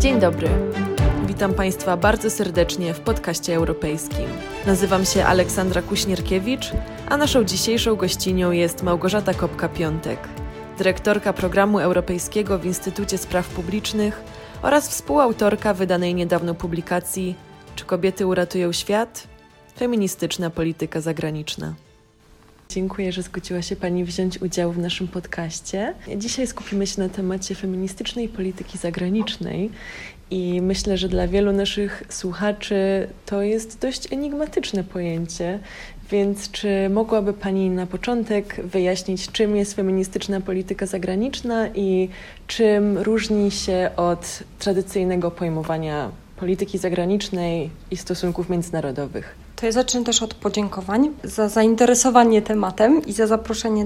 Dzień dobry. Witam Państwa bardzo serdecznie w podcaście europejskim. Nazywam się Aleksandra Kuśnierkiewicz, a naszą dzisiejszą gościnią jest Małgorzata Kopka-Piątek, dyrektorka programu europejskiego w Instytucie Spraw Publicznych oraz współautorka wydanej niedawno publikacji Czy kobiety uratują świat? Feministyczna polityka zagraniczna. Dziękuję, że zgodziła się Pani wziąć udział w naszym podcaście. Dzisiaj skupimy się na temacie feministycznej polityki zagranicznej i myślę, że dla wielu naszych słuchaczy to jest dość enigmatyczne pojęcie, więc czy mogłaby Pani na początek wyjaśnić, czym jest feministyczna polityka zagraniczna i czym różni się od tradycyjnego pojmowania polityki zagranicznej i stosunków międzynarodowych? To ja zacznę też od podziękowań za zainteresowanie tematem i za zaproszenie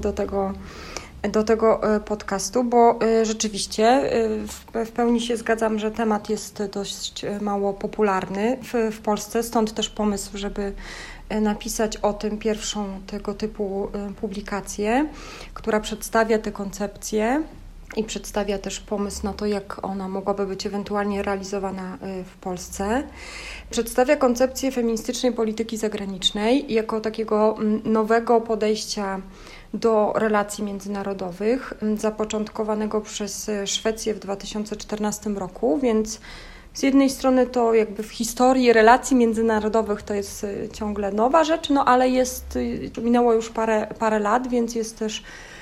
do tego podcastu, bo rzeczywiście w pełni się zgadzam, że temat jest dość mało popularny w Polsce, stąd też pomysł, żeby napisać o tym pierwszą tego typu publikację, która przedstawia te koncepcje i przedstawia też pomysł na to, jak ona mogłaby być ewentualnie realizowana w Polsce. Przedstawia koncepcję feministycznej polityki zagranicznej jako takiego nowego podejścia do relacji międzynarodowych, zapoczątkowanego przez Szwecję w 2014 roku, więc z jednej strony to jakby w historii relacji międzynarodowych to jest ciągle nowa rzecz, no ale minęło już parę lat, więc jest też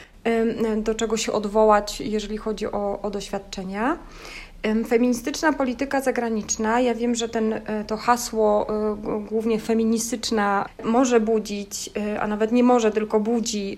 do czego się odwołać, jeżeli chodzi o doświadczenia. Feministyczna polityka zagraniczna, ja wiem, że to hasło głównie feministyczna może budzić, a nawet nie może, tylko budzi,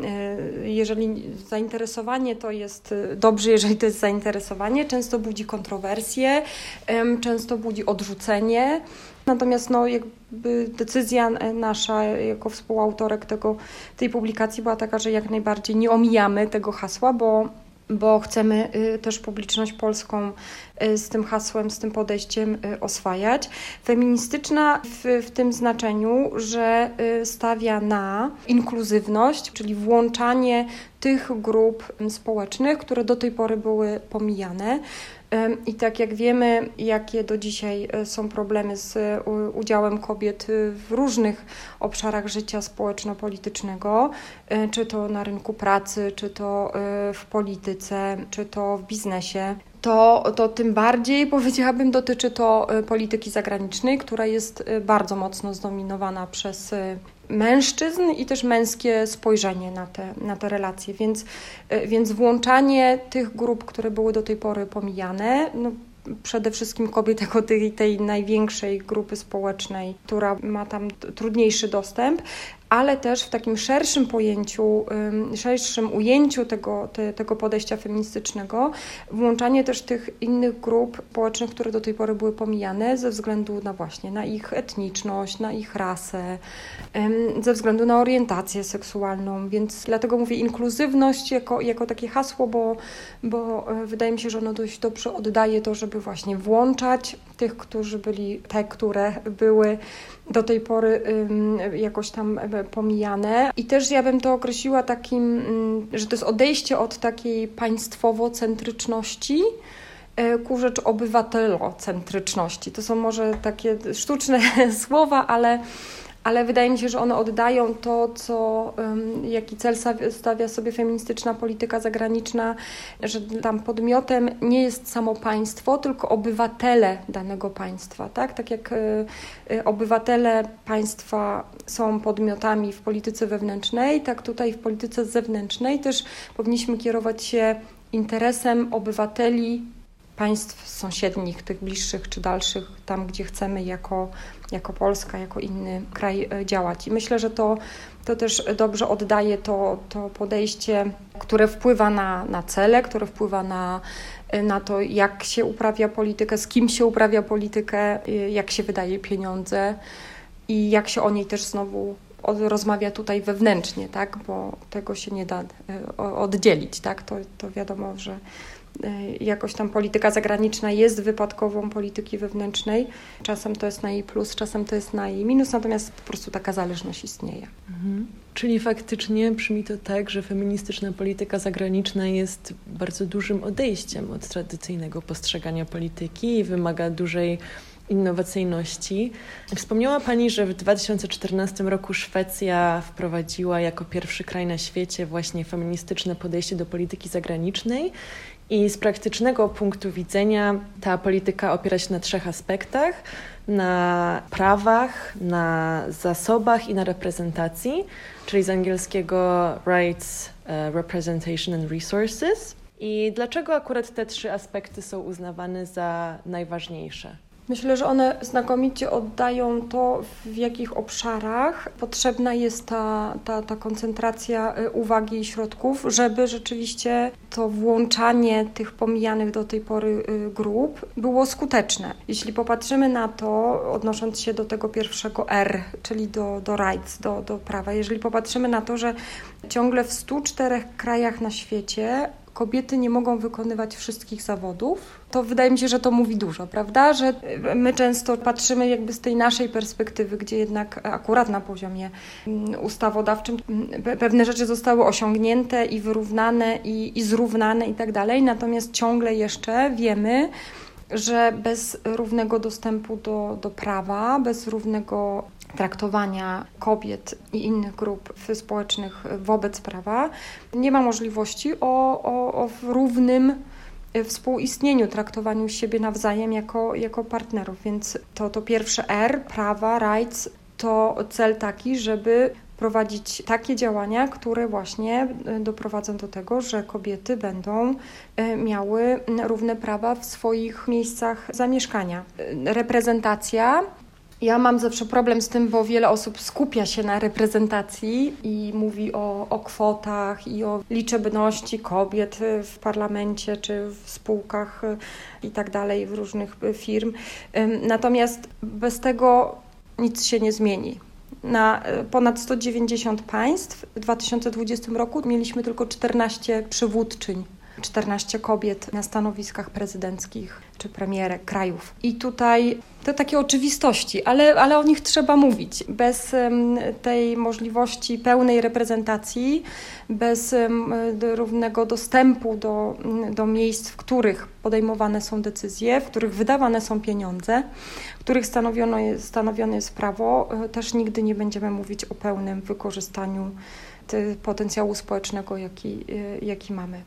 jeżeli zainteresowanie to jest dobrze, jeżeli to jest zainteresowanie, często budzi kontrowersje, często budzi odrzucenie. Natomiast jakby decyzja nasza jako współautorek tej publikacji była taka, że jak najbardziej nie omijamy tego hasła, bo chcemy też publiczność polską z tym hasłem, z tym podejściem oswajać. Feministyczna w tym znaczeniu, że stawia na inkluzywność, czyli włączanie tych grup społecznych, które do tej pory były pomijane. I tak jak wiemy, jakie do dzisiaj są problemy z udziałem kobiet w różnych obszarach życia społeczno-politycznego, czy to na rynku pracy, czy to w polityce, czy to w biznesie, to tym bardziej, powiedziałabym, dotyczy to polityki zagranicznej, która jest bardzo mocno zdominowana przez mężczyzn i też męskie spojrzenie na te relacje, więc włączanie tych grup, które były do tej pory pomijane, przede wszystkim kobiet jako tej największej grupy społecznej, która ma tam trudniejszy dostęp, ale też w takim szerszym pojęciu, szerszym ujęciu tego podejścia feministycznego, włączanie też tych innych grup społecznych, które do tej pory były pomijane ze względu na ich etniczność, na ich rasę, ze względu na orientację seksualną, więc dlatego mówię inkluzywność jako takie hasło, bo wydaje mi się, że ono dość dobrze oddaje to, żeby właśnie włączać tych, które były do tej pory jakoś tam pomijane. I też ja bym to określiła takim, że to jest odejście od takiej państwowo-centryczności ku rzecz obywatelocentryczności. To są może takie sztuczne słowa, ale wydaje mi się, że one oddają to, jaki cel stawia sobie feministyczna polityka zagraniczna, że tam podmiotem nie jest samo państwo, tylko obywatele danego państwa. Tak jak obywatele państwa są podmiotami w polityce wewnętrznej, tak tutaj w polityce zewnętrznej też powinniśmy kierować się interesem obywateli państw sąsiednich, tych bliższych czy dalszych, tam gdzie chcemy jako Polska, jako inny kraj działać. I myślę, że to też dobrze oddaje to podejście, które wpływa na cele, które wpływa na to, jak się uprawia politykę, z kim się uprawia politykę, jak się wydaje pieniądze i jak się o niej też znowu rozmawia tutaj wewnętrznie, tak? Bo tego się nie da oddzielić, tak? To wiadomo, że jakoś tam polityka zagraniczna jest wypadkową polityki wewnętrznej. Czasem to jest na jej plus, czasem to jest na jej minus, natomiast po prostu taka zależność istnieje. Czyli faktycznie brzmi to tak, że feministyczna polityka zagraniczna jest bardzo dużym odejściem od tradycyjnego postrzegania polityki i wymaga dużej innowacyjności. Wspomniała Pani, że w 2014 roku Szwecja wprowadziła jako pierwszy kraj na świecie właśnie feministyczne podejście do polityki zagranicznej i z praktycznego punktu widzenia ta polityka opiera się na 3 aspektach: na prawach, na zasobach i na reprezentacji, czyli z angielskiego rights, representation and resources. I dlaczego akurat te 3 aspekty są uznawane za najważniejsze? Myślę, że one znakomicie oddają to, w jakich obszarach potrzebna jest ta koncentracja uwagi i środków, żeby rzeczywiście to włączanie tych pomijanych do tej pory grup było skuteczne. Jeśli popatrzymy na to, odnosząc się do tego pierwszego R, czyli do rights, do prawa, jeżeli popatrzymy na to, że ciągle w 104 krajach na świecie kobiety nie mogą wykonywać wszystkich zawodów, to wydaje mi się, że to mówi dużo, prawda? Że my często patrzymy jakby z tej naszej perspektywy, gdzie jednak akurat na poziomie ustawodawczym pewne rzeczy zostały osiągnięte i wyrównane i zrównane i tak dalej, natomiast ciągle jeszcze wiemy, że bez równego dostępu do prawa, bez równego traktowania kobiet i innych grup społecznych wobec prawa nie ma możliwości o równym współistnieniu, traktowaniu siebie nawzajem jako partnerów. Więc to pierwsze R, prawa, rights, to cel taki, żeby prowadzić takie działania, które właśnie doprowadzą do tego, że kobiety będą miały równe prawa w swoich miejscach zamieszkania. Reprezentacja. Ja mam zawsze problem z tym, bo wiele osób skupia się na reprezentacji i mówi o kwotach i o liczebności kobiet w parlamencie czy w spółkach i tak dalej, w różnych firm. Natomiast bez tego nic się nie zmieni. Na ponad 190 państw w 2020 roku mieliśmy tylko 14 przywódczyń, 14 kobiet na stanowiskach prezydenckich czy premierek krajów. I tutaj to takie oczywistości, ale o nich trzeba mówić. Bez tej możliwości pełnej reprezentacji, bez równego dostępu do miejsc, w których podejmowane są decyzje, w których wydawane są pieniądze, w których stanowione jest prawo, też nigdy nie będziemy mówić o pełnym wykorzystaniu potencjału społecznego, jaki mamy.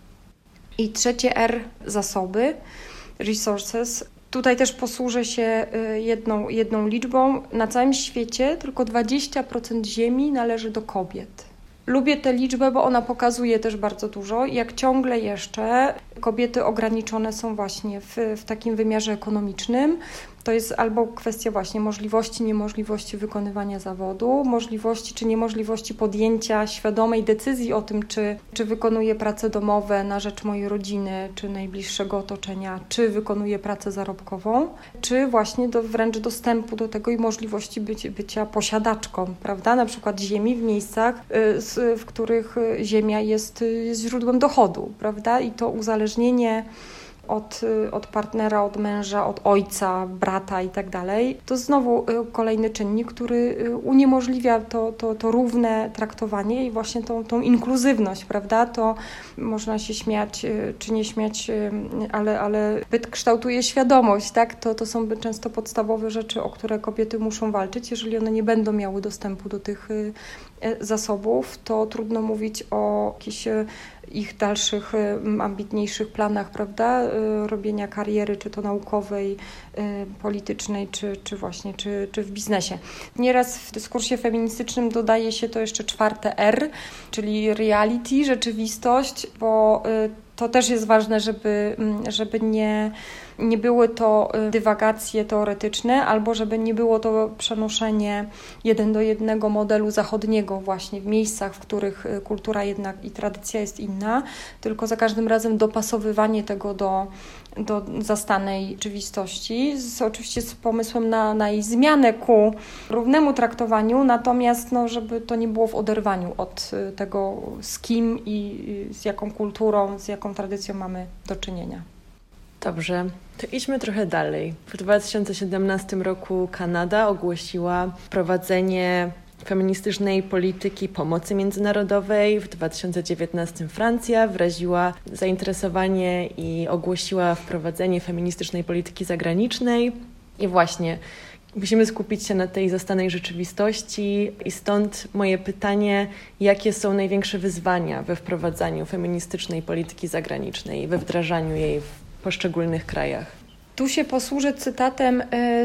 I trzecie R, zasoby, resources. Tutaj też posłużę się jedną liczbą. Na całym świecie tylko 20% ziemi należy do kobiet. Lubię tę liczbę, bo ona pokazuje też bardzo dużo, jak ciągle jeszcze kobiety ograniczone są właśnie w takim wymiarze ekonomicznym. To jest albo kwestia właśnie możliwości, niemożliwości wykonywania zawodu, możliwości czy niemożliwości podjęcia świadomej decyzji o tym, czy wykonuję prace domowe na rzecz mojej rodziny, czy najbliższego otoczenia, czy wykonuję pracę zarobkową, czy właśnie wręcz dostępu do tego i możliwości bycia posiadaczką, prawda? Na przykład ziemi w miejscach, w których ziemia jest źródłem dochodu, prawda? I to uzależnienie od partnera, od męża, od ojca, brata i tak dalej, to znowu kolejny czynnik, który uniemożliwia to równe traktowanie i właśnie tą inkluzywność, prawda? To można się śmiać czy nie śmiać, ale byt kształtuje świadomość, tak? To są często podstawowe rzeczy, o które kobiety muszą walczyć. Jeżeli one nie będą miały dostępu do tych zasobów, to trudno mówić o jakichś ich dalszych, ambitniejszych planach, prawda, robienia kariery, czy to naukowej, politycznej, czy w biznesie. Nieraz w dyskursie feministycznym dodaje się to jeszcze czwarte R, czyli reality, rzeczywistość, bo To też jest ważne, żeby nie były to dywagacje teoretyczne, albo żeby nie było to przenoszenie 1:1 modelu zachodniego właśnie w miejscach, w których kultura jednak i tradycja jest inna, tylko za każdym razem dopasowywanie tego do zastanej rzeczywistości, oczywiście z pomysłem na jej zmianę ku równemu traktowaniu, natomiast żeby to nie było w oderwaniu od tego, z kim i z jaką kulturą, z jaką tradycją mamy do czynienia. Dobrze, to idźmy trochę dalej. W 2017 roku Kanada ogłosiła wprowadzenie feministycznej polityki pomocy międzynarodowej. W 2019 Francja wyraziła zainteresowanie i ogłosiła wprowadzenie feministycznej polityki zagranicznej. I właśnie musimy skupić się na tej zastanej rzeczywistości i stąd moje pytanie, jakie są największe wyzwania we wprowadzaniu feministycznej polityki zagranicznej, we wdrażaniu jej w poszczególnych krajach? Tu się posłużę cytatem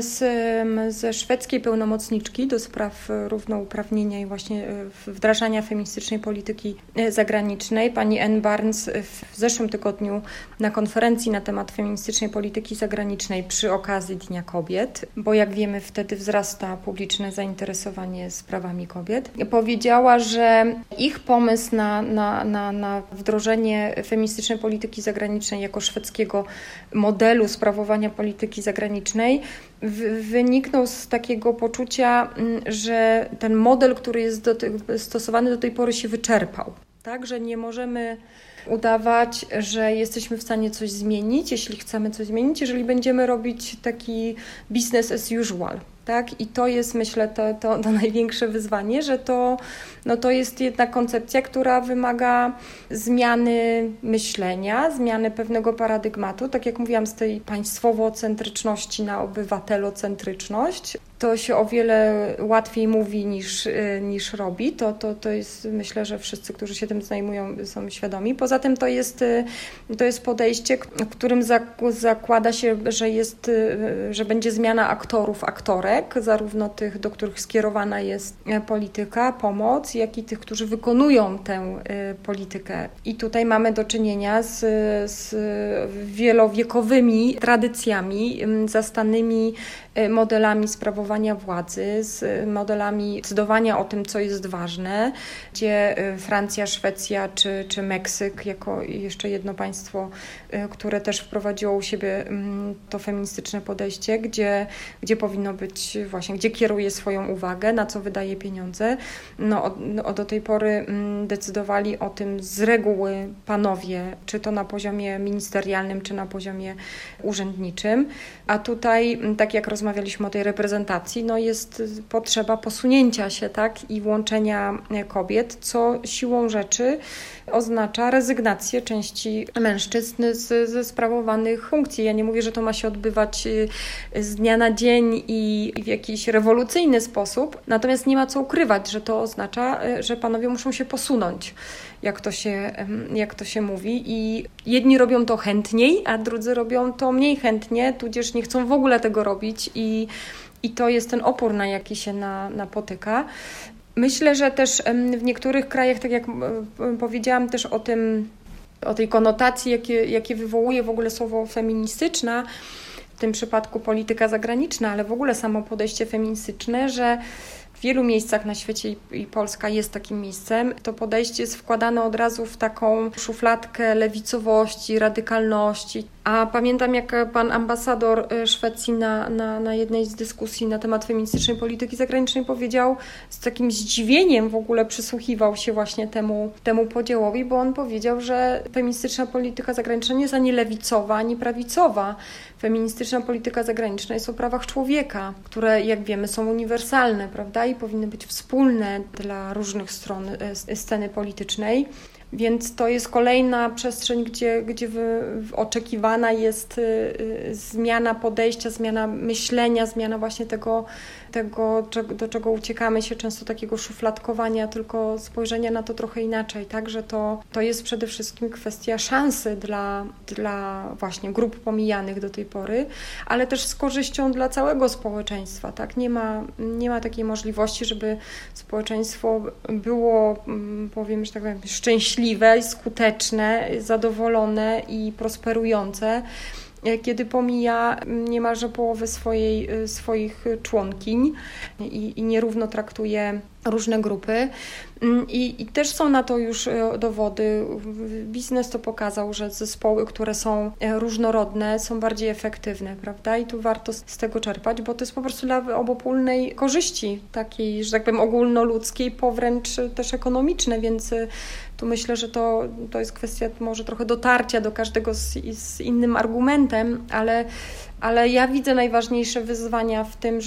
ze szwedzkiej pełnomocniczki do spraw równouprawnienia i właśnie wdrażania feministycznej polityki zagranicznej. Pani Ann Barnes w zeszłym tygodniu na konferencji na temat feministycznej polityki zagranicznej przy okazji Dnia Kobiet, bo jak wiemy wtedy wzrasta publiczne zainteresowanie sprawami kobiet, powiedziała, że ich pomysł na wdrożenie feministycznej polityki zagranicznej jako szwedzkiego modelu sprawowania polityki zagranicznej wyniknął z takiego poczucia, że ten model, który jest stosowany do tej pory, się wyczerpał. Tak, że nie możemy udawać, że jesteśmy w stanie coś zmienić, jeśli chcemy coś zmienić, jeżeli będziemy robić taki business as usual. Tak? I to jest, myślę, to największe wyzwanie, że to jest jednak koncepcja, która wymaga zmiany myślenia, zmiany pewnego paradygmatu. Tak jak mówiłam, z tej państwowocentryczności na obywatelocentryczność. To się o wiele łatwiej mówi niż robi. To jest, myślę, że wszyscy, którzy się tym zajmują, są świadomi. Poza tym to jest podejście, w którym zakłada się, że będzie zmiana aktorów, aktorek, zarówno tych, do których skierowana jest polityka, pomoc, jak i tych, którzy wykonują tę politykę. I tutaj mamy do czynienia z wielowiekowymi tradycjami, zastanymi modelami sprawowania władzy, z modelami decydowania o tym, co jest ważne, gdzie Francja, Szwecja czy Meksyk jako jeszcze jedno państwo, które też wprowadziło u siebie to feministyczne podejście, gdzie powinno być właśnie, gdzie kieruje swoją uwagę, na co wydaje pieniądze. Do tej pory decydowali o tym z reguły panowie, czy to na poziomie ministerialnym, czy na poziomie urzędniczym. A tutaj, tak jak rozmawialiśmy o tej reprezentacji, jest potrzeba posunięcia się, tak, i włączenia kobiet, co siłą rzeczy oznacza rezygnację części mężczyzn ze sprawowanych funkcji. Ja nie mówię, że to ma się odbywać z dnia na dzień i w jakiś rewolucyjny sposób, natomiast nie ma co ukrywać, że to oznacza, że panowie muszą się posunąć, jak to się mówi, i jedni robią to chętniej, a drudzy robią to mniej chętnie, tudzież nie chcą w ogóle tego robić i to jest ten opór, na jaki się napotyka. Myślę, że też w niektórych krajach, tak jak powiedziałam też o tej konotacji, jakie wywołuje w ogóle słowo feministyczna, w tym przypadku polityka zagraniczna, ale w ogóle samo podejście feministyczne, że w wielu miejscach na świecie i Polska jest takim miejscem, to podejście jest wkładane od razu w taką szufladkę lewicowości, radykalności. A pamiętam, jak pan ambasador Szwecji na jednej z dyskusji na temat feministycznej polityki zagranicznej powiedział, z takim zdziwieniem w ogóle przysłuchiwał się właśnie temu podziałowi, bo on powiedział, że feministyczna polityka zagraniczna nie jest ani lewicowa, ani prawicowa. Feministyczna polityka zagraniczna jest o prawach człowieka, które, jak wiemy, są uniwersalne, prawda, i powinny być wspólne dla różnych stron sceny politycznej. Więc to jest kolejna przestrzeń, gdzie oczekiwana jest zmiana podejścia, zmiana myślenia, zmiana właśnie tego, do czego uciekamy się często, takiego szufladkowania, tylko spojrzenia na to trochę inaczej, tak, że to jest przede wszystkim kwestia szansy dla właśnie grup pomijanych do tej pory, ale też z korzyścią dla całego społeczeństwa, tak, nie ma takiej możliwości, żeby społeczeństwo było, powiem, że tak powiem, szczęśliwe szczęśliwe, skuteczne, zadowolone i prosperujące, kiedy pomija niemalże połowę swoich członkiń i nierówno traktuje różne grupy. I też są na to już dowody. Biznes to pokazał, że zespoły, które są różnorodne, są bardziej efektywne, prawda? I tu warto z tego czerpać, bo to jest po prostu dla obopólnej korzyści, takiej, że tak powiem, ogólnoludzkiej, wręcz też ekonomiczne, więc tu myślę, że to jest kwestia może trochę dotarcia do każdego z innym argumentem, ale ja widzę najważniejsze wyzwania w tym,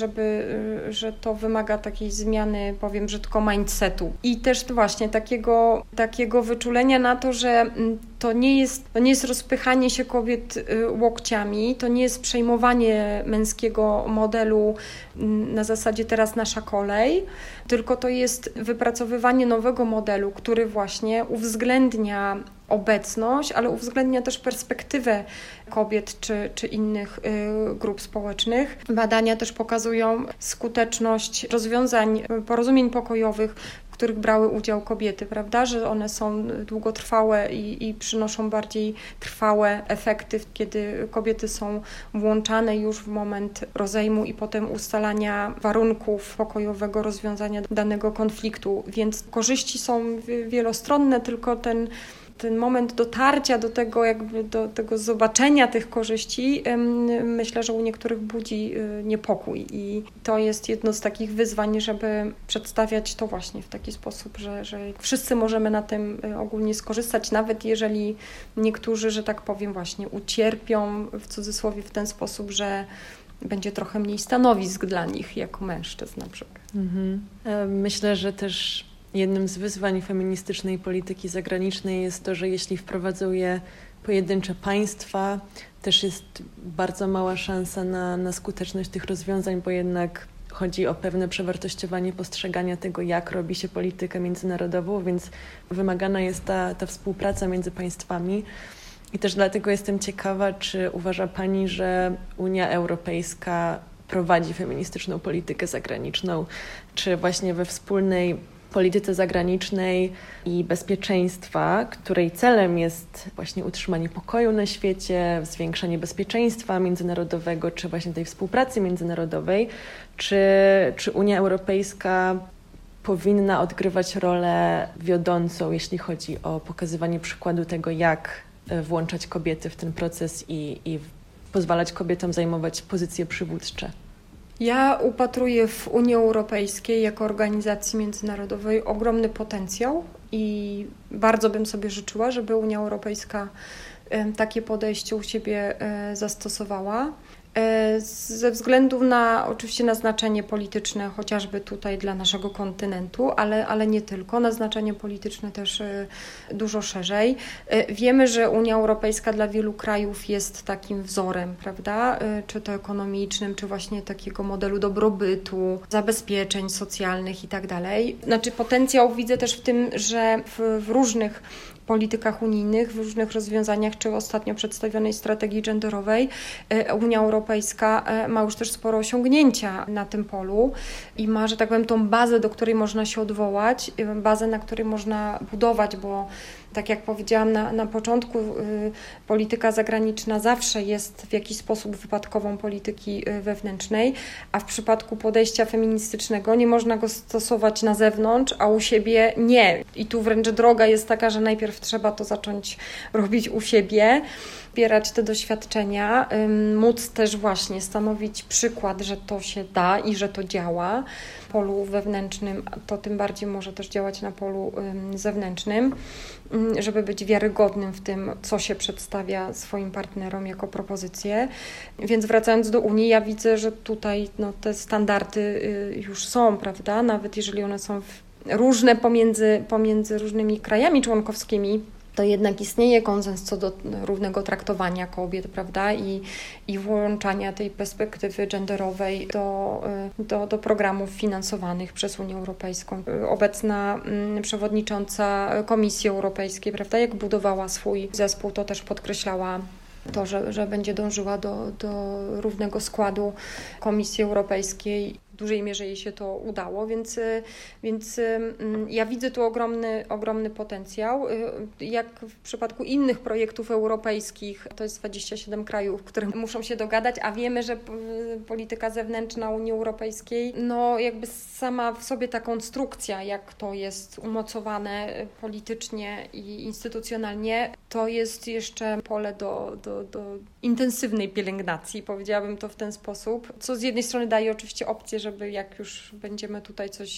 że to wymaga takiej zmiany, powiem brzydko, mindsetu. I też właśnie takiego wyczulenia na to, że to nie jest rozpychanie się kobiet łokciami, to nie jest przejmowanie męskiego modelu na zasadzie teraz nasza kolej, tylko to jest wypracowywanie nowego modelu, który właśnie uwzględnia obecność, ale uwzględnia też perspektywę kobiet czy innych grup społecznych. Badania też pokazują skuteczność porozumień pokojowych, w których brały udział kobiety, prawda, że one są długotrwałe i przynoszą bardziej trwałe efekty, kiedy kobiety są włączane już w moment rozejmu i potem ustalania warunków pokojowego rozwiązania danego konfliktu, więc korzyści są wielostronne, tylko ten moment dotarcia do tego zobaczenia tych korzyści, myślę, że u niektórych budzi niepokój i to jest jedno z takich wyzwań, żeby przedstawiać to właśnie w taki sposób, że wszyscy możemy na tym ogólnie skorzystać, nawet jeżeli niektórzy, że tak powiem, właśnie ucierpią w cudzysłowie w ten sposób, że będzie trochę mniej stanowisk dla nich jako mężczyzn na przykład. Myślę, że też jednym z wyzwań feministycznej polityki zagranicznej jest to, że jeśli wprowadzą je pojedyncze państwa, też jest bardzo mała szansa na skuteczność tych rozwiązań, bo jednak chodzi o pewne przewartościowanie postrzegania tego, jak robi się politykę międzynarodową, więc wymagana jest ta współpraca między państwami. I też dlatego jestem ciekawa, czy uważa Pani, że Unia Europejska prowadzi feministyczną politykę zagraniczną, czy właśnie we wspólnej polityce zagranicznej i bezpieczeństwa, której celem jest właśnie utrzymanie pokoju na świecie, zwiększanie bezpieczeństwa międzynarodowego, czy właśnie tej współpracy międzynarodowej, czy Unia Europejska powinna odgrywać rolę wiodącą, jeśli chodzi o pokazywanie przykładu tego, jak włączać kobiety w ten proces i pozwalać kobietom zajmować pozycje przywódcze. Ja upatruję w Unii Europejskiej jako organizacji międzynarodowej ogromny potencjał i bardzo bym sobie życzyła, żeby Unia Europejska takie podejście u siebie zastosowała. Ze względu oczywiście na znaczenie polityczne, chociażby tutaj dla naszego kontynentu, ale nie tylko, na znaczenie polityczne też dużo szerzej. Wiemy, że Unia Europejska dla wielu krajów jest takim wzorem, prawda? Czy to ekonomicznym, czy właśnie takiego modelu dobrobytu, zabezpieczeń socjalnych i tak dalej. Znaczy potencjał widzę też w tym, że w różnych politykach unijnych, w różnych rozwiązaniach, czy ostatnio przedstawionej strategii genderowej, Unia Europejska ma już też sporo osiągnięcia na tym polu i ma, że tak powiem, tą bazę, do której można się odwołać, bazę, na której można budować, bo tak jak powiedziałam na początku, polityka zagraniczna zawsze jest w jakiś sposób wypadkową polityki wewnętrznej, a w przypadku podejścia feministycznego nie można go stosować na zewnątrz, a u siebie nie. I tu wręcz droga jest taka, że najpierw trzeba to zacząć robić u siebie, zbierać te doświadczenia, móc też właśnie stanowić przykład, że to się da i że to działa. W polu wewnętrznym to tym bardziej może też działać na polu zewnętrznym, żeby być wiarygodnym w tym, co się przedstawia swoim partnerom jako propozycje. Więc wracając do Unii, ja widzę, że tutaj te standardy już są, prawda? Nawet jeżeli one są różne pomiędzy różnymi krajami członkowskimi, to jednak istnieje konsens co do równego traktowania kobiet, prawda, i włączania tej perspektywy genderowej do programów finansowanych przez Unię Europejską. Obecna przewodnicząca Komisji Europejskiej, prawda, jak budowała swój zespół, to też podkreślała to, że będzie dążyła do równego składu Komisji Europejskiej. w dużej mierze jej się to udało, więc ja widzę tu ogromny potencjał. Jak w przypadku innych projektów europejskich, to jest 27 krajów, które muszą się dogadać, a wiemy, że polityka zewnętrzna Unii Europejskiej, no jakby sama w sobie ta konstrukcja, jak to jest umocowane politycznie i instytucjonalnie, to jest jeszcze pole do intensywnej pielęgnacji, powiedziałabym to w ten sposób, co z jednej strony daje oczywiście opcję, żeby jak już będziemy tutaj coś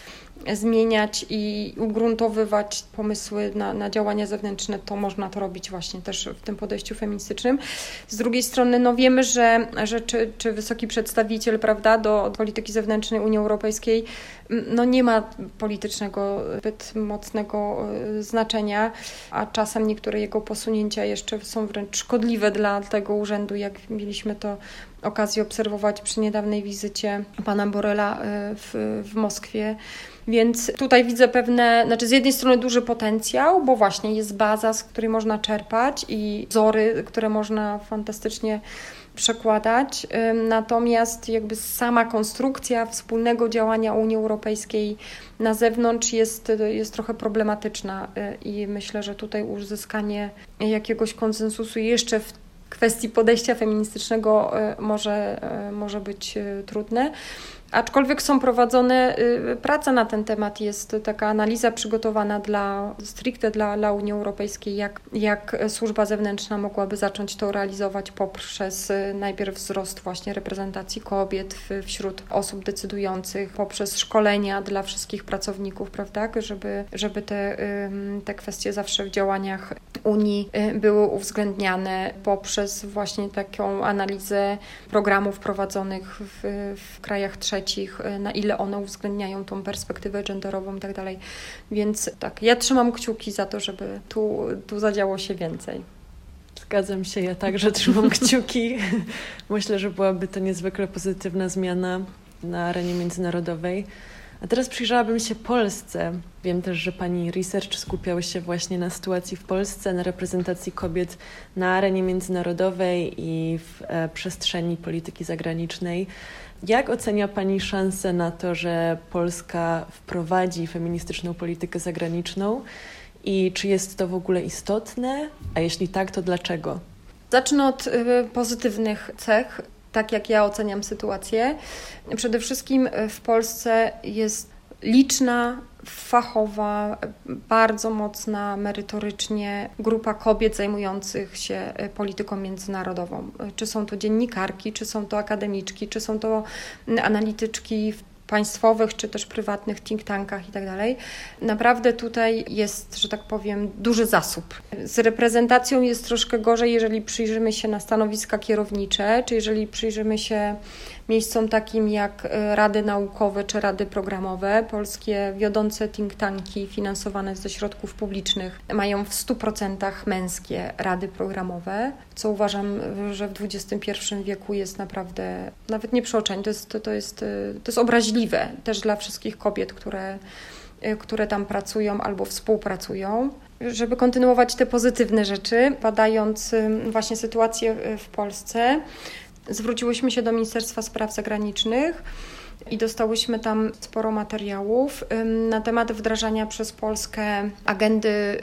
zmieniać i ugruntowywać pomysły na działania zewnętrzne, to można to robić właśnie też w tym podejściu feministycznym. Z drugiej strony no wiemy, że czy wysoki przedstawiciel, prawda, do polityki zewnętrznej Unii Europejskiej no nie ma politycznego zbyt mocnego znaczenia, a czasem niektóre jego posunięcia jeszcze są wręcz szkodliwe dla tego urzędu, jak mieliśmy to okazję obserwować przy niedawnej wizycie pana Borrella w Moskwie. Więc tutaj widzę z jednej strony duży potencjał, bo właśnie jest baza, z której można czerpać i wzory, które można fantastycznie przekładać. Natomiast jakby sama konstrukcja wspólnego działania Unii Europejskiej na zewnątrz jest trochę problematyczna i myślę, że tutaj uzyskanie jakiegoś konsensusu jeszcze w kwestii podejścia feministycznego może być trudne. Aczkolwiek są prowadzone prace na ten temat, jest taka analiza przygotowana stricte dla Unii Europejskiej, jak służba zewnętrzna mogłaby zacząć to realizować poprzez najpierw wzrost właśnie reprezentacji kobiet wśród osób decydujących, poprzez szkolenia dla wszystkich pracowników, prawda, żeby te kwestie zawsze w działaniach Unii były uwzględniane, poprzez właśnie taką analizę programów prowadzonych w krajach trzecich, na ile one uwzględniają tą perspektywę genderową i tak dalej. Więc tak, ja trzymam kciuki za to, żeby tu zadziało się więcej. Zgadzam się, ja także trzymam kciuki. Myślę, że byłaby to niezwykle pozytywna zmiana na arenie międzynarodowej. A teraz przyjrzałabym się Polsce. Wiem też, że pani research skupiał się właśnie na sytuacji w Polsce, na reprezentacji kobiet na arenie międzynarodowej i w przestrzeni polityki zagranicznej. Jak ocenia pani szansę na to, że Polska wprowadzi feministyczną politykę zagraniczną i czy jest to w ogóle istotne? A jeśli tak, to dlaczego? Zacznę od pozytywnych cech, tak jak ja oceniam sytuację. Przede wszystkim w Polsce jest liczna, fachowa, bardzo mocna merytorycznie grupa kobiet zajmujących się polityką międzynarodową. Czy są to dziennikarki, czy są to akademiczki, czy są to analityczki w państwowych, czy też prywatnych think tankach i tak dalej. Naprawdę tutaj jest, że tak powiem, duży zasób. Z reprezentacją jest troszkę gorzej, jeżeli przyjrzymy się na stanowiska kierownicze, czy jeżeli przyjrzymy się miejscom takim jak rady naukowe czy rady programowe. Polskie wiodące think tanki finansowane ze środków publicznych mają w 100% męskie rady programowe, co uważam, że w XXI wieku jest naprawdę, nawet nie przeoczeń, to jest obraźliwe też dla wszystkich kobiet, które tam pracują albo współpracują. Żeby kontynuować te pozytywne rzeczy, badając właśnie sytuację w Polsce, zwróciłyśmy się do Ministerstwa Spraw Zagranicznych i dostałyśmy tam sporo materiałów na temat wdrażania przez Polskę agendy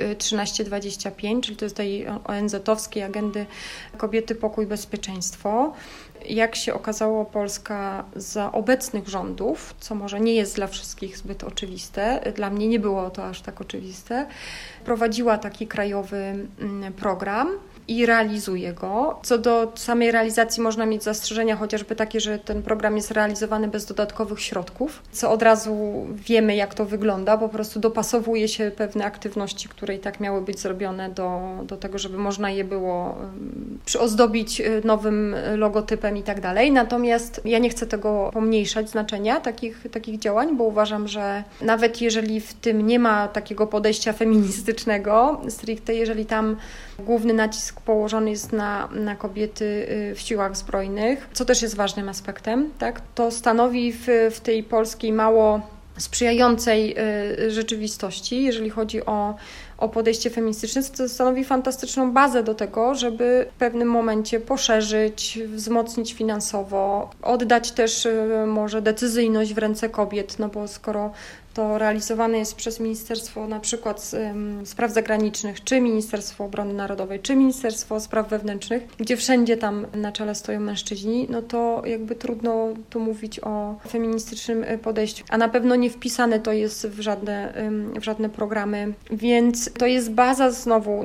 1325, czyli to jest tej ONZ-owskiej agendy Kobiety, Pokój, Bezpieczeństwo. Jak się okazało, Polska za obecnych rządów, co może nie jest dla wszystkich zbyt oczywiste, dla mnie nie było to aż tak oczywiste, prowadziła taki krajowy program i realizuje go. Co do samej realizacji można mieć zastrzeżenia, chociażby takie, że ten program jest realizowany bez dodatkowych środków, co od razu wiemy, jak to wygląda, po prostu dopasowuje się pewne aktywności, które i tak miały być zrobione do tego, żeby można je było przyozdobić nowym logotypem i tak dalej. Natomiast ja nie chcę tego pomniejszać znaczenia takich działań, bo uważam, że nawet jeżeli w tym nie ma takiego podejścia feministycznego, stricte jeżeli tam główny nacisk położony jest na kobiety w siłach zbrojnych, co też jest ważnym aspektem, tak? To stanowi w tej polskiej mało sprzyjającej rzeczywistości, jeżeli chodzi o o podejście feministyczne, to stanowi fantastyczną bazę do tego, żeby w pewnym momencie poszerzyć, wzmocnić finansowo, oddać też może decyzyjność w ręce kobiet, no bo skoro to realizowane jest przez Ministerstwo na przykład Spraw Zagranicznych, czy Ministerstwo Obrony Narodowej, czy Ministerstwo Spraw Wewnętrznych, gdzie wszędzie tam na czele stoją mężczyźni, no to jakby trudno tu mówić o feministycznym podejściu, a na pewno nie wpisane to jest w żadne programy, więc to jest baza znowu,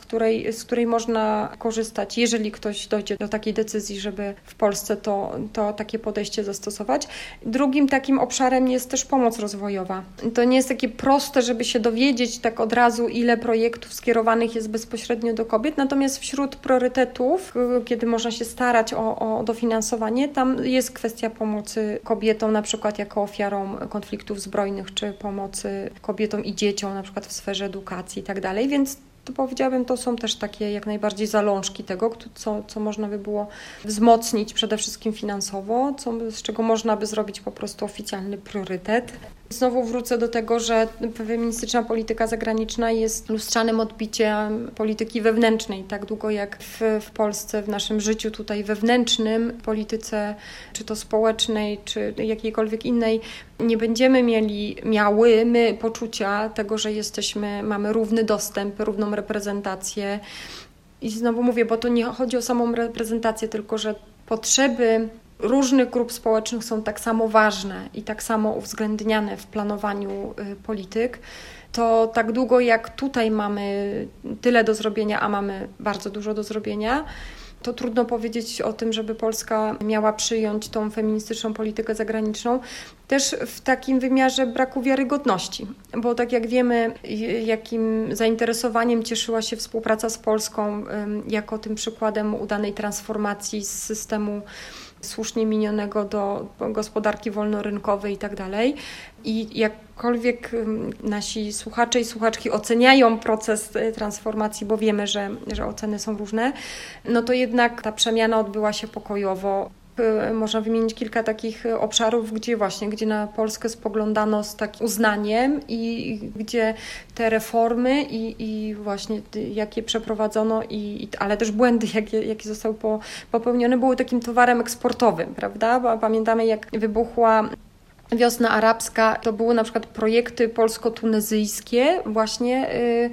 z której można korzystać, jeżeli ktoś dojdzie do takiej decyzji, żeby w Polsce to takie podejście zastosować. Drugim takim obszarem jest też pomoc rozwojowa. To nie jest takie proste, żeby się dowiedzieć tak od razu, ile projektów skierowanych jest bezpośrednio do kobiet, natomiast wśród priorytetów, kiedy można się starać o dofinansowanie, tam jest kwestia pomocy kobietom, na przykład jako ofiarom konfliktów zbrojnych, czy pomocy kobietom i dzieciom, na przykład w sferze edukacji i tak dalej, więc to powiedziałabym, to są też takie jak najbardziej zalążki tego, co można by było wzmocnić przede wszystkim finansowo, z czego można by zrobić po prostu oficjalny priorytet. Znowu wrócę do tego, że feministyczna polityka zagraniczna jest lustrzanym odbiciem polityki wewnętrznej. Tak długo jak w Polsce, w naszym życiu tutaj wewnętrznym, polityce czy to społecznej, czy jakiejkolwiek innej, nie będziemy miały my poczucia tego, że mamy równy dostęp, równą reprezentację. I znowu mówię, bo to nie chodzi o samą reprezentację, tylko że potrzeby różnych grup społecznych są tak samo ważne i tak samo uwzględniane w planowaniu polityk, to tak długo jak tutaj mamy tyle do zrobienia, a mamy bardzo dużo do zrobienia, to trudno powiedzieć o tym, żeby Polska miała przyjąć tą feministyczną politykę zagraniczną, też w takim wymiarze braku wiarygodności, bo tak jak wiemy, jakim zainteresowaniem cieszyła się współpraca z Polską jako tym przykładem udanej transformacji z systemu słusznie minionego do gospodarki wolnorynkowej i tak dalej. I jakkolwiek nasi słuchacze i słuchaczki oceniają proces transformacji, bo wiemy, że oceny są różne, no to jednak ta przemiana odbyła się pokojowo. Można wymienić kilka takich obszarów, gdzie na Polskę spoglądano z takim uznaniem i gdzie te reformy i właśnie jakie przeprowadzono, ale też błędy, jakie zostały popełnione, były takim towarem eksportowym, prawda? Bo pamiętamy, jak wybuchła Wiosna Arabska, to były na przykład projekty polsko-tunezyjskie właśnie,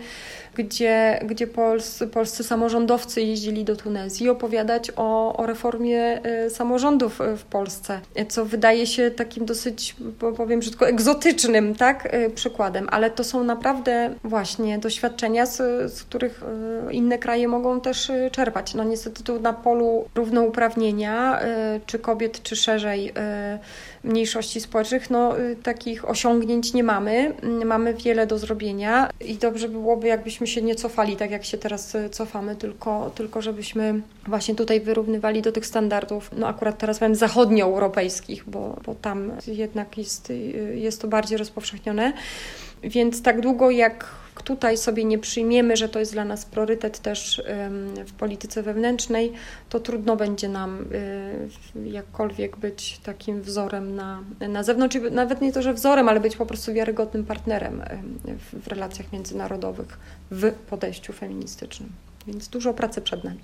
gdzie polscy samorządowcy jeździli do Tunezji opowiadać o reformie samorządów w Polsce, co wydaje się takim dosyć, powiem brzydko, egzotycznym, tak, przykładem, ale to są naprawdę właśnie doświadczenia, z których inne kraje mogą też czerpać. No niestety tu na polu równouprawnienia, czy kobiet, czy szerzej mniejszości społecznych, no takich osiągnięć nie mamy. Mamy wiele do zrobienia i dobrze byłoby, jakbyśmy się nie cofali, tak jak się teraz cofamy, tylko żebyśmy właśnie tutaj wyrównywali do tych standardów, no akurat teraz powiem zachodnioeuropejskich, bo tam jednak jest to bardziej rozpowszechnione. Więc tak długo jak tutaj sobie nie przyjmiemy, że to jest dla nas priorytet też w polityce wewnętrznej, to trudno będzie nam jakkolwiek być takim wzorem na zewnątrz, nawet nie to, że wzorem, ale być po prostu wiarygodnym partnerem w relacjach międzynarodowych, w podejściu feministycznym. Więc dużo pracy przed nami.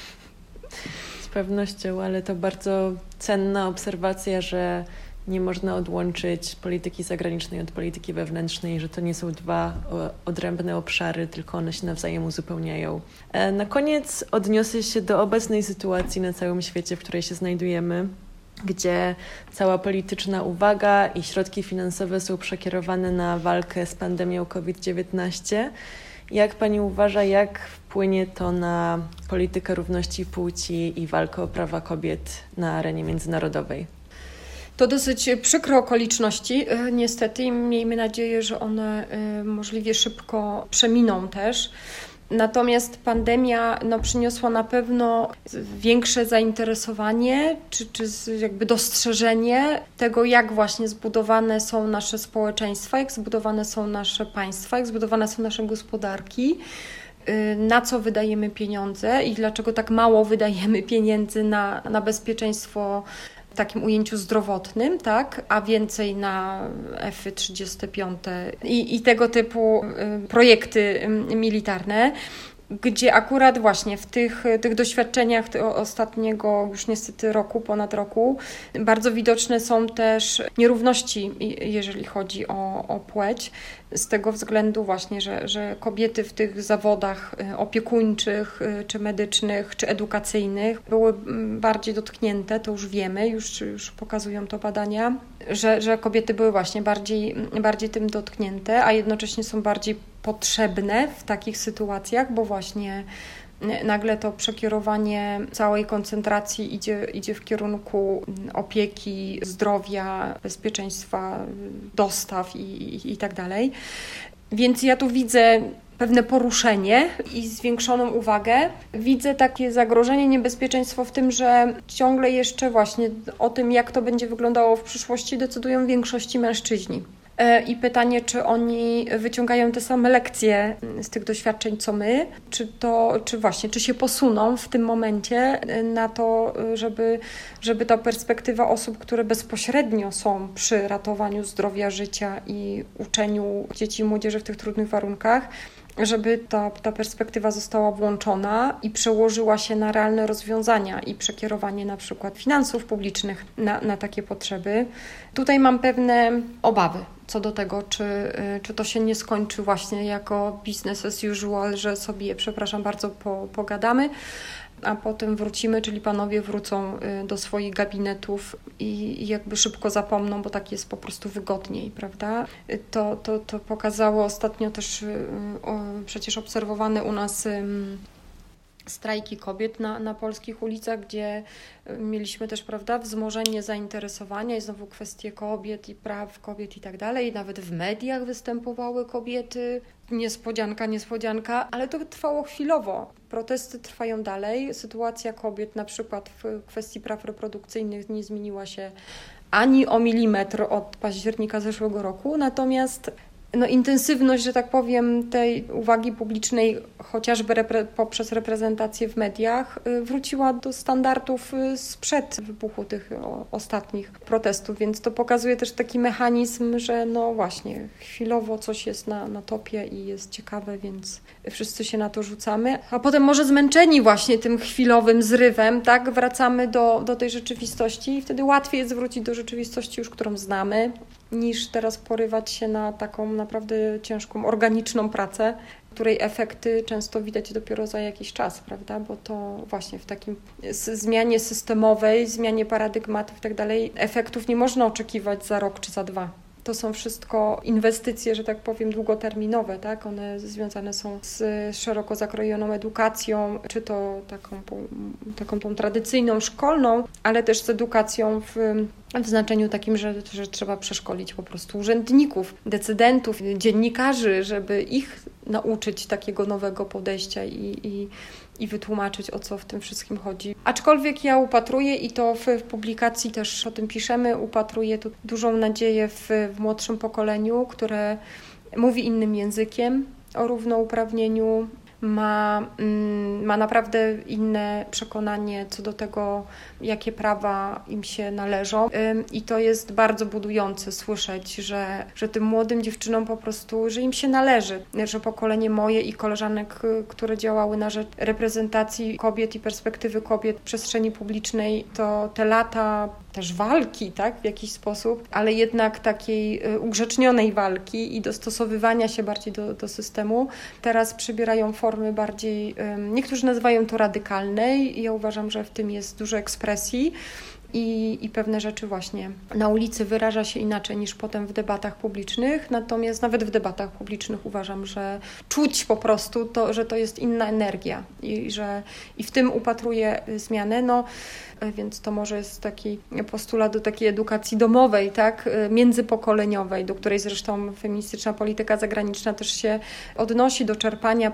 Z pewnością, ale to bardzo cenna obserwacja, że nie można odłączyć polityki zagranicznej od polityki wewnętrznej, że to nie są dwa odrębne obszary, tylko one się nawzajem uzupełniają. Na koniec odniosę się do obecnej sytuacji na całym świecie, w której się znajdujemy, gdzie cała polityczna uwaga i środki finansowe są przekierowane na walkę z pandemią COVID-19. Jak Pani uważa, jak wpłynie to na politykę równości płci i walkę o prawa kobiet na arenie międzynarodowej? To dosyć przykre okoliczności, niestety, i miejmy nadzieję, że one możliwie szybko przeminą też. Natomiast pandemia przyniosła na pewno większe zainteresowanie, czy jakby dostrzeżenie tego, jak właśnie zbudowane są nasze społeczeństwa, jak zbudowane są nasze państwa, jak zbudowane są nasze gospodarki, na co wydajemy pieniądze i dlaczego tak mało wydajemy pieniędzy na bezpieczeństwo w takim ujęciu zdrowotnym, tak, a więcej na F-35 i tego typu projekty militarne, gdzie akurat właśnie w tych doświadczeniach ostatniego już niestety roku, ponad roku, bardzo widoczne są też nierówności, jeżeli chodzi o płeć, z tego względu właśnie, że kobiety w tych zawodach opiekuńczych, czy medycznych, czy edukacyjnych były bardziej dotknięte, to już wiemy, już pokazują to badania, że kobiety były właśnie bardziej tym dotknięte, a jednocześnie są bardziej potrzebne w takich sytuacjach, bo właśnie nagle to przekierowanie całej koncentracji idzie w kierunku opieki, zdrowia, bezpieczeństwa, dostaw i tak dalej. Więc ja tu widzę pewne poruszenie i zwiększoną uwagę. Widzę takie zagrożenie, niebezpieczeństwo w tym, że ciągle jeszcze właśnie o tym, jak to będzie wyglądało w przyszłości, decydują w większości mężczyźni. I pytanie, czy oni wyciągają te same lekcje z tych doświadczeń, co my, czy się posuną w tym momencie na to, żeby ta perspektywa osób, które bezpośrednio są przy ratowaniu zdrowia, życia i uczeniu dzieci i młodzieży w tych trudnych warunkach, żeby ta perspektywa została włączona i przełożyła się na realne rozwiązania i przekierowanie na przykład finansów publicznych na takie potrzeby. Tutaj mam pewne obawy co do tego, czy to się nie skończy właśnie jako business as usual, że sobie, przepraszam bardzo, pogadamy, a potem wrócimy, czyli panowie wrócą do swoich gabinetów i jakby szybko zapomną, bo tak jest po prostu wygodniej, prawda? To pokazało ostatnio też przecież obserwowane u nas strajki kobiet na polskich ulicach, gdzie mieliśmy też, prawda, wzmożenie zainteresowania i znowu kwestie kobiet i praw kobiet i tak dalej. Nawet w mediach występowały kobiety. Niespodzianka, ale to trwało chwilowo. Protesty trwają dalej. Sytuacja kobiet na przykład w kwestii praw reprodukcyjnych nie zmieniła się ani o milimetr od października zeszłego roku, natomiast intensywność, że tak powiem, tej uwagi publicznej, chociażby poprzez reprezentację w mediach, wróciła do standardów sprzed wybuchu tych ostatnich protestów, więc to pokazuje też taki mechanizm, że właśnie chwilowo coś jest na topie i jest ciekawe, więc wszyscy się na to rzucamy, a potem może zmęczeni właśnie tym chwilowym zrywem, tak, wracamy do tej rzeczywistości i wtedy łatwiej jest wrócić do rzeczywistości już, którą znamy, niż teraz porywać się na taką naprawdę ciężką, organiczną pracę, której efekty często widać dopiero za jakiś czas, prawda? Bo to właśnie w takim zmianie systemowej, zmianie paradygmatów i tak dalej, efektów nie można oczekiwać za rok czy za 2. To są wszystko inwestycje, że tak powiem, długoterminowe, tak? One związane są z szeroko zakrojoną edukacją, czy to taką tą tradycyjną, szkolną, ale też z edukacją w znaczeniu takim, że trzeba przeszkolić po prostu urzędników, decydentów, dziennikarzy, żeby ich nauczyć takiego nowego podejścia i wytłumaczyć, o co w tym wszystkim chodzi. Aczkolwiek ja upatruję, i to w publikacji też o tym piszemy, upatruję tu dużą nadzieję w młodszym pokoleniu, które mówi innym językiem o równouprawnieniu, ma naprawdę inne przekonanie co do tego, jakie prawa im się należą. I to jest bardzo budujące słyszeć, że tym młodym dziewczynom po prostu, że im się należy, że pokolenie moje i koleżanek, które działały na rzecz reprezentacji kobiet i perspektywy kobiet w przestrzeni publicznej, to te lata też walki, tak, w jakiś sposób, ale jednak takiej ugrzecznionej walki i dostosowywania się bardziej do systemu, teraz przybierają formy bardziej, niektórzy nazywają to radykalnej, i ja uważam, że w tym jest dużo ekspresji i pewne rzeczy właśnie na ulicy wyraża się inaczej niż potem w debatach publicznych, natomiast nawet w debatach publicznych uważam, że czuć po prostu to, że to jest inna energia i w tym upatruję zmianę, więc to może jest taki postulat do takiej edukacji domowej, tak, międzypokoleniowej, do której zresztą feministyczna polityka zagraniczna też się odnosi, do czerpania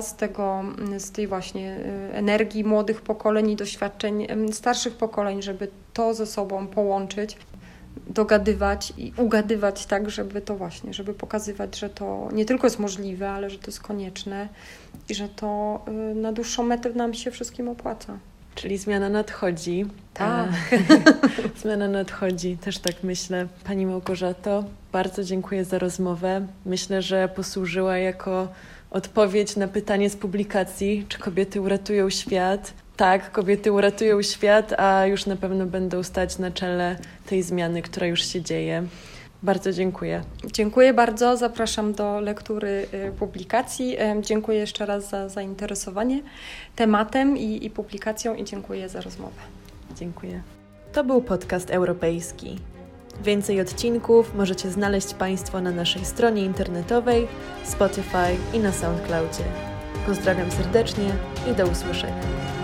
z tej właśnie energii młodych pokoleń i doświadczeń starszych pokoleń, żeby to ze sobą połączyć, dogadywać i ugadywać tak, żeby to właśnie, żeby pokazywać, że to nie tylko jest możliwe, ale że to jest konieczne i że to na dłuższą metę nam się wszystkim opłaca. Czyli zmiana nadchodzi. Tak. Zmiana nadchodzi, też tak myślę. Pani Małgorzato, bardzo dziękuję za rozmowę. Myślę, że posłużyła jako odpowiedź na pytanie z publikacji, czy kobiety uratują świat. Tak, kobiety uratują świat, a już na pewno będą stać na czele tej zmiany, która już się dzieje. Bardzo dziękuję. Dziękuję bardzo, zapraszam do lektury publikacji. Dziękuję jeszcze raz za zainteresowanie tematem i publikacją i dziękuję za rozmowę. Dziękuję. To był podcast europejski. Więcej odcinków możecie znaleźć Państwo na naszej stronie internetowej, Spotify i na SoundCloudzie. Pozdrawiam serdecznie i do usłyszenia.